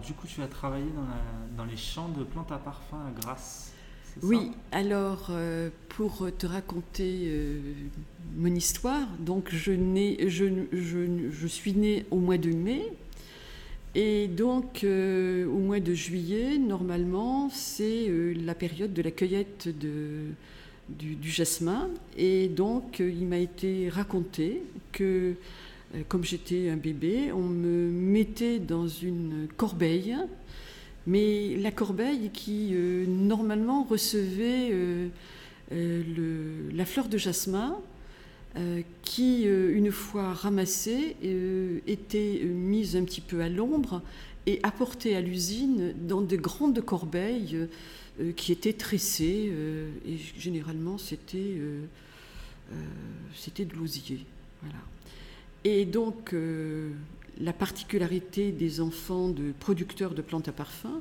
du coup, tu as travaillé dans les champs de plantes à parfum à Grasse, c'est ça? Oui, alors pour te raconter mon histoire, donc je suis née au mois de mai, et donc au mois de juillet, normalement, c'est la période de la cueillette du jasmin, et donc il m'a été raconté que comme j'étais un bébé, on me mettait dans une corbeille, mais la corbeille qui normalement recevait la fleur de jasmin, qui une fois ramassée était mise un petit peu à l'ombre et apportée à l'usine dans de grandes corbeilles qui étaient tressées, et généralement c'était de l'osier. Voilà. Et donc, la particularité des enfants de producteurs de plantes à parfum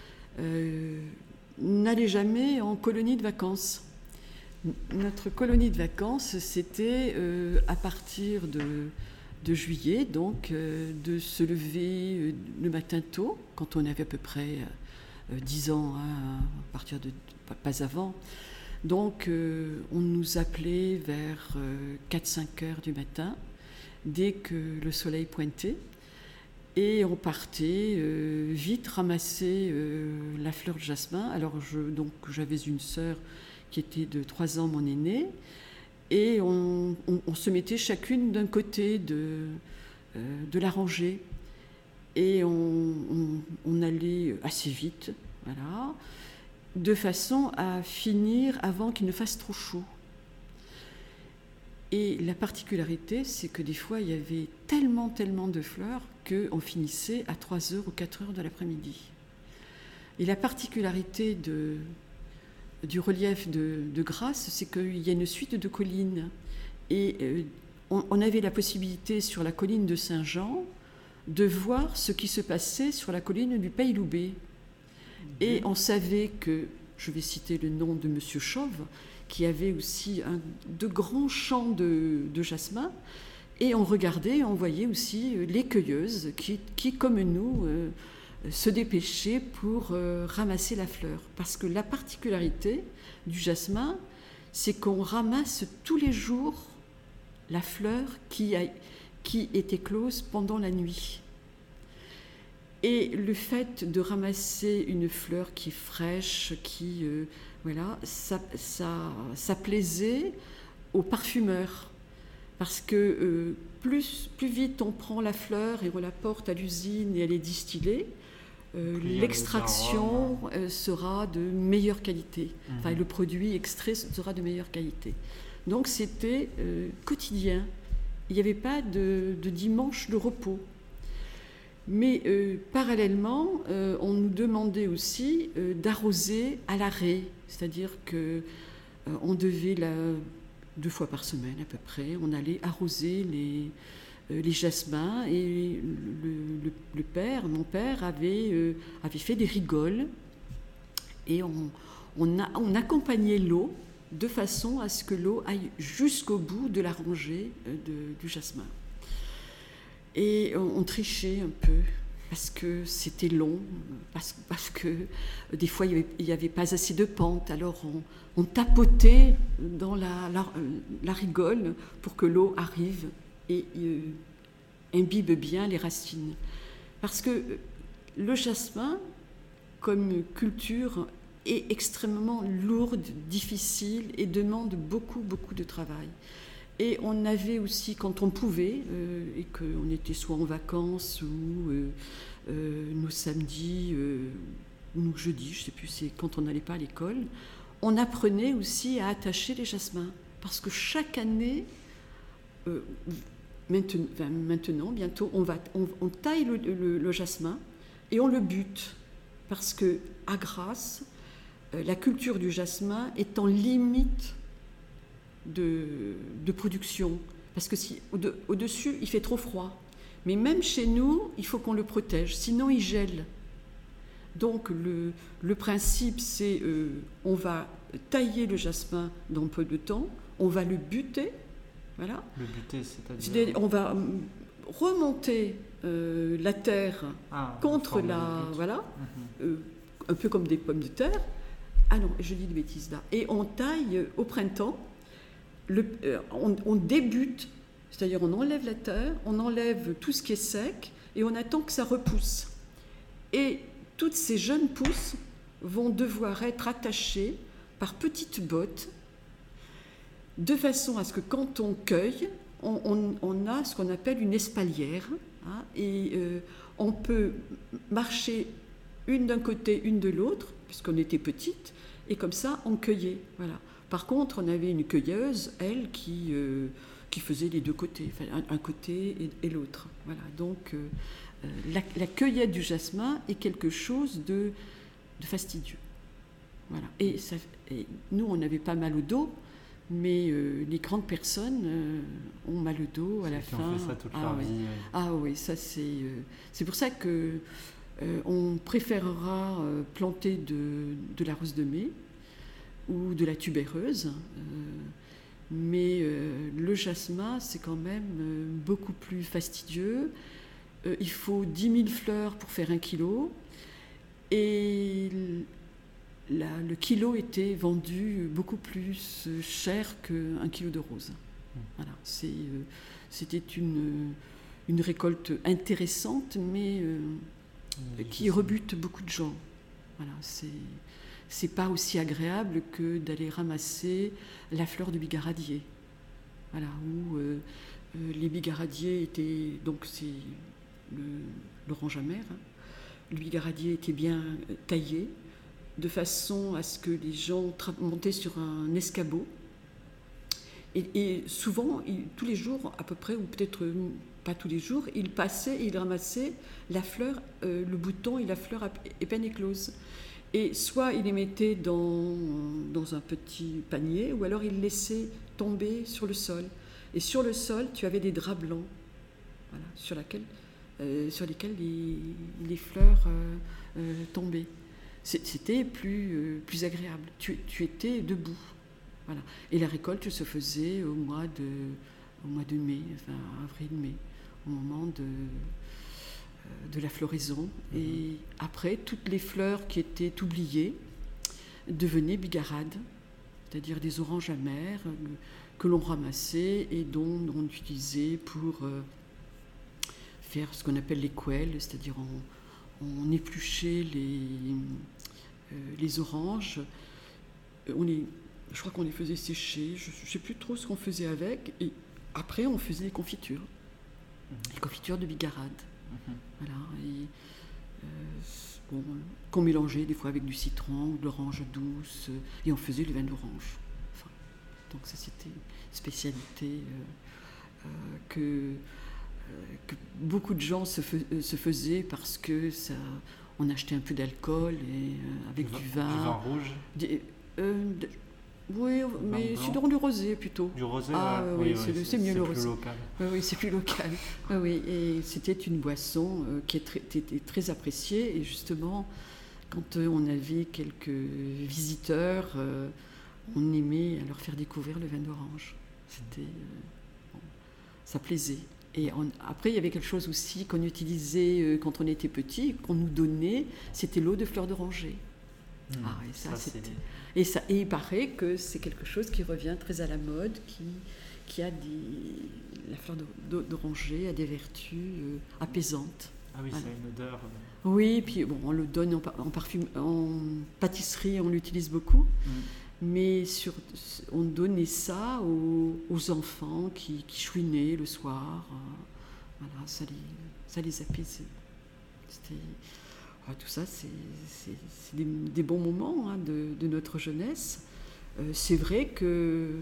n'allait jamais en colonie de vacances. Notre colonie de vacances, c'était à partir de juillet, donc de se lever le matin tôt, quand on avait à peu près 10 ans, hein, à partir de pas avant. Donc, on nous appelait vers 4-5 heures du matin, dès que le soleil pointait, et on partait vite ramasser la fleur de jasmin. Alors donc j'avais une sœur qui était de 3 ans, mon aînée, et on se mettait chacune d'un côté de la rangée, et on allait assez vite, voilà, de façon à finir avant qu'il ne fasse trop chaud. Et la particularité, c'est que des fois, il y avait tellement de fleurs qu'on finissait à 3 heures ou 4 heures de l'après-midi. Et la particularité du relief de Grasse, c'est qu'il y a une suite de collines. Et on avait la possibilité, sur la colline de Saint-Jean, de voir ce qui se passait sur la colline du Pays-Loubet. Et on savait que, je vais citer le nom de Monsieur Chauve, qui avait aussi de grands champs de jasmin, et on regardait, on voyait aussi les cueilleuses qui comme nous, se dépêchaient pour ramasser la fleur. Parce que la particularité du jasmin, c'est qu'on ramasse tous les jours la fleur qui est éclose pendant la nuit. Et le fait de ramasser une fleur qui est fraîche, voilà, ça plaisait aux parfumeurs. Parce que plus vite on prend la fleur et on la porte à l'usine et elle est distillée, l'extraction sera de meilleure qualité. Enfin, le produit extrait sera de meilleure qualité. Donc c'était quotidien. Il n'y avait pas de dimanche de repos. Mais parallèlement, on nous demandait aussi d'arroser à l'arrêt, c'est-à-dire qu'on devait 2 fois par semaine à peu près, on allait arroser les jasmins, et mon père avait fait des rigoles, et on accompagnait l'eau de façon à ce que l'eau aille jusqu'au bout de la rangée du jasmin. Et on trichait un peu, parce que c'était long, parce que des fois il n'y avait pas assez de pente, alors on tapotait dans la rigole pour que l'eau arrive et imbibe bien les racines. Parce que le jasmin, comme culture, est extrêmement lourde, difficile et demande beaucoup de travail. Et on avait aussi, quand on pouvait, et qu'on était soit en vacances ou nos samedis ou nos jeudis, je ne sais plus, c'est quand on n'allait pas à l'école, on apprenait aussi à attacher les jasmins. Parce que chaque année, maintenant, bientôt, on taille le jasmin et on le bute. Parce qu'à Grasse, la culture du jasmin est en limite de production, parce que au-dessus il fait trop froid, mais même chez nous il faut qu'on le protège, sinon il gèle. Donc le principe, c'est on va tailler le jasmin dans peu de temps, on va le buter, voilà. Le buter, c'est-à-dire on va remonter la terre contre la... Voilà, un peu comme des pommes de terre. Ah non, je dis des bêtises là. Et on taille au printemps, on débute, c'est-à-dire on enlève la terre, on enlève tout ce qui est sec et on attend que ça repousse. Et toutes ces jeunes pousses vont devoir être attachées par petites bottes de façon à ce que quand on cueille, on a ce qu'on appelle une espalière, hein, et on peut marcher une d'un côté, une de l'autre, puisqu'on était petite, et comme ça, on cueillait. Voilà. Par contre, on avait une cueilleuse, elle, qui faisait les deux côtés, enfin, un côté et l'autre. Voilà. Donc, la cueillette du jasmin est quelque chose de fastidieux. Voilà. Et nous, on n'avait pas mal au dos, mais les grandes personnes ont mal au dos à la fin. Ont fait ça toute leur vie. Ah oui, ça c'est pour ça que on préférera planter de la rose de mai ou de la tubéreuse, mais le jasmin, c'est quand même beaucoup plus fastidieux. Il faut 10 000 fleurs pour faire 1 kilo, et le kilo était vendu beaucoup plus cher qu'1 kilo de rose. Voilà, c'était une récolte intéressante, mais qui rebute beaucoup de gens. Voilà, c'est pas aussi agréable que d'aller ramasser la fleur de bigaradier. Voilà, où les bigaradiers étaient, donc c'est l'orange amer, hein. Le bigaradier était bien taillé, de façon à ce que les gens montaient sur un escabeau. Et souvent, tous les jours, à peu près, ou peut-être pas tous les jours, ils passaient et ils ramassaient la fleur, le bouton et la fleur à peine éclose. Et soit ils les mettaient dans un petit panier, ou alors ils laissaient tomber sur le sol. Et sur le sol, tu avais des draps blancs, voilà, sur lesquels les fleurs tombaient. C'était plus agréable. Tu étais debout. Voilà. Et la récolte se faisait au mois de mai, enfin avril-mai, au moment de la floraison. Et après, toutes les fleurs qui étaient oubliées devenaient bigarades, c'est-à-dire des oranges amères que l'on ramassait et dont on utilisait pour faire ce qu'on appelle les queules, c'est-à-dire on épluchait les oranges, je crois qu'on les faisait sécher, je ne sais plus trop ce qu'on faisait avec, et après on faisait les confitures de bigarade. Voilà, et, qu'on mélangeait des fois avec du citron ou de l'orange douce, et on faisait le vin d'orange. Enfin, donc ça c'était une spécialité que beaucoup de gens se faisaient parce que ça, on achetait un peu d'alcool et avec du vin. Du vin rouge. Oui, mais c'est du rosé plutôt. Du rosé, oui, c'est mieux le rosé. Local. Oui, c'est plus local. Oui, et c'était une boisson qui était très appréciée. Et justement, quand on avait quelques visiteurs, on aimait leur faire découvrir le vin d'orange. Ça plaisait. Et après, il y avait quelque chose aussi qu'on utilisait quand on était petit, qu'on nous donnait, c'était l'eau de fleur d'oranger. Et ça c'était... Et il paraît que c'est quelque chose qui revient très à la mode, qui a la fleur d'oranger a des vertus apaisantes. Ah oui, voilà. Ça a une odeur. Oui, puis bon, on le donne en parfum, en pâtisserie, on l'utilise beaucoup. Mais on donnait ça aux enfants qui chouinaient le soir. Voilà, ça les apaisait. Tout ça, c'est des bons moments, hein, de notre jeunesse. C'est vrai que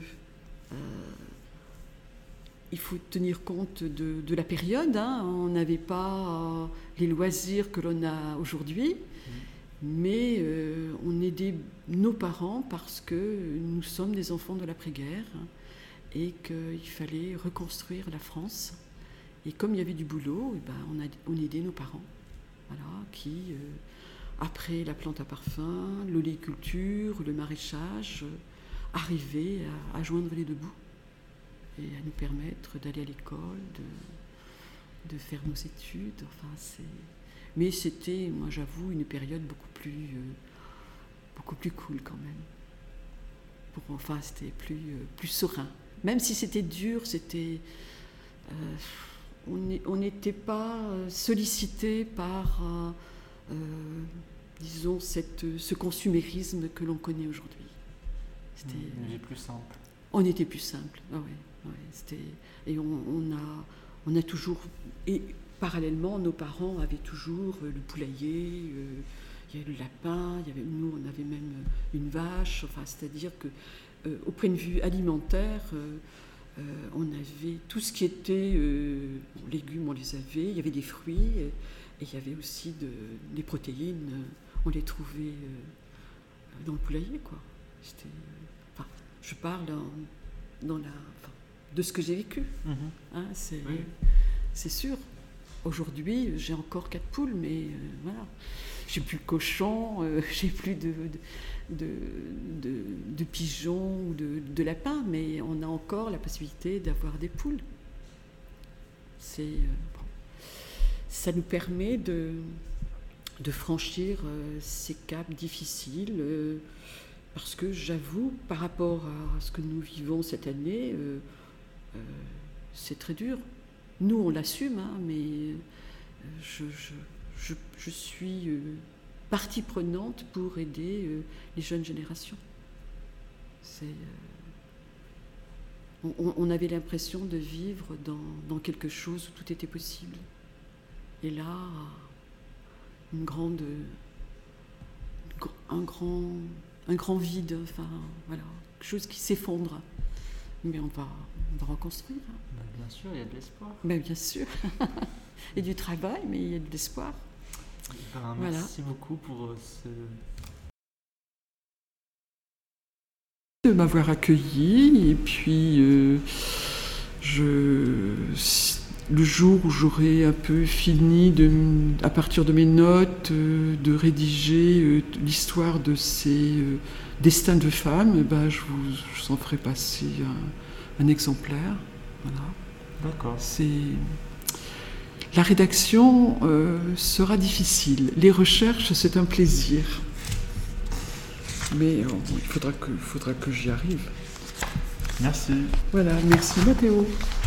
il faut tenir compte de la période. Hein. On n'avait pas les loisirs que l'on a aujourd'hui. Mais on aidait nos parents parce que nous sommes des enfants de l'après-guerre, hein, et qu'il fallait reconstruire la France. Et comme il y avait du boulot, on aidait nos parents, voilà, qui, après la plante à parfum, l'oléiculture, le maraîchage, arrivaient à joindre les deux bouts et à nous permettre d'aller à l'école, faire nos études. Mais c'était, moi j'avoue, une période beaucoup plus cool quand même. C'était plus serein. Même si c'était dur, on n'était pas sollicité par, disons, ce consumérisme que l'on connaît aujourd'hui. C'était plus simple. On était plus simple, et on a toujours, et parallèlement, nos parents avaient toujours le poulailler, il y avait le lapin, nous on avait même une vache, c'est-à-dire que au point de vue alimentaire, on avait tout ce qui était légumes, on les avait, il y avait des fruits, et il y avait aussi des protéines, on les trouvait dans le poulailler, quoi. Je parle de ce que j'ai vécu. C'est sûr. Aujourd'hui, j'ai encore 4 poules, mais voilà. J'ai plus de cochons, j'ai plus de pigeons ou de lapins, mais on a encore la possibilité d'avoir des poules. Ça nous permet de franchir ces caps difficiles, parce que j'avoue, par rapport à ce que nous vivons cette année, c'est très dur. Nous, on l'assume, mais je suis partie prenante pour aider les jeunes générations. On avait l'impression de vivre dans quelque chose où tout était possible. Et là, un grand vide, quelque chose qui s'effondre. Mais on va reconstruire. Bien sûr, il y a de l'espoir. Bien sûr. Et du travail, mais il y a de l'espoir. Merci beaucoup pour de m'avoir accueilli. Et puis, le jour où j'aurai un peu fini, à partir de mes notes, de rédiger l'histoire de ces destins de femmes, je vous en ferai passer un exemplaire. Voilà. D'accord. La rédaction sera difficile. Les recherches, c'est un plaisir. Mais il faudra que j'y arrive. Merci. Voilà, merci Mathéo.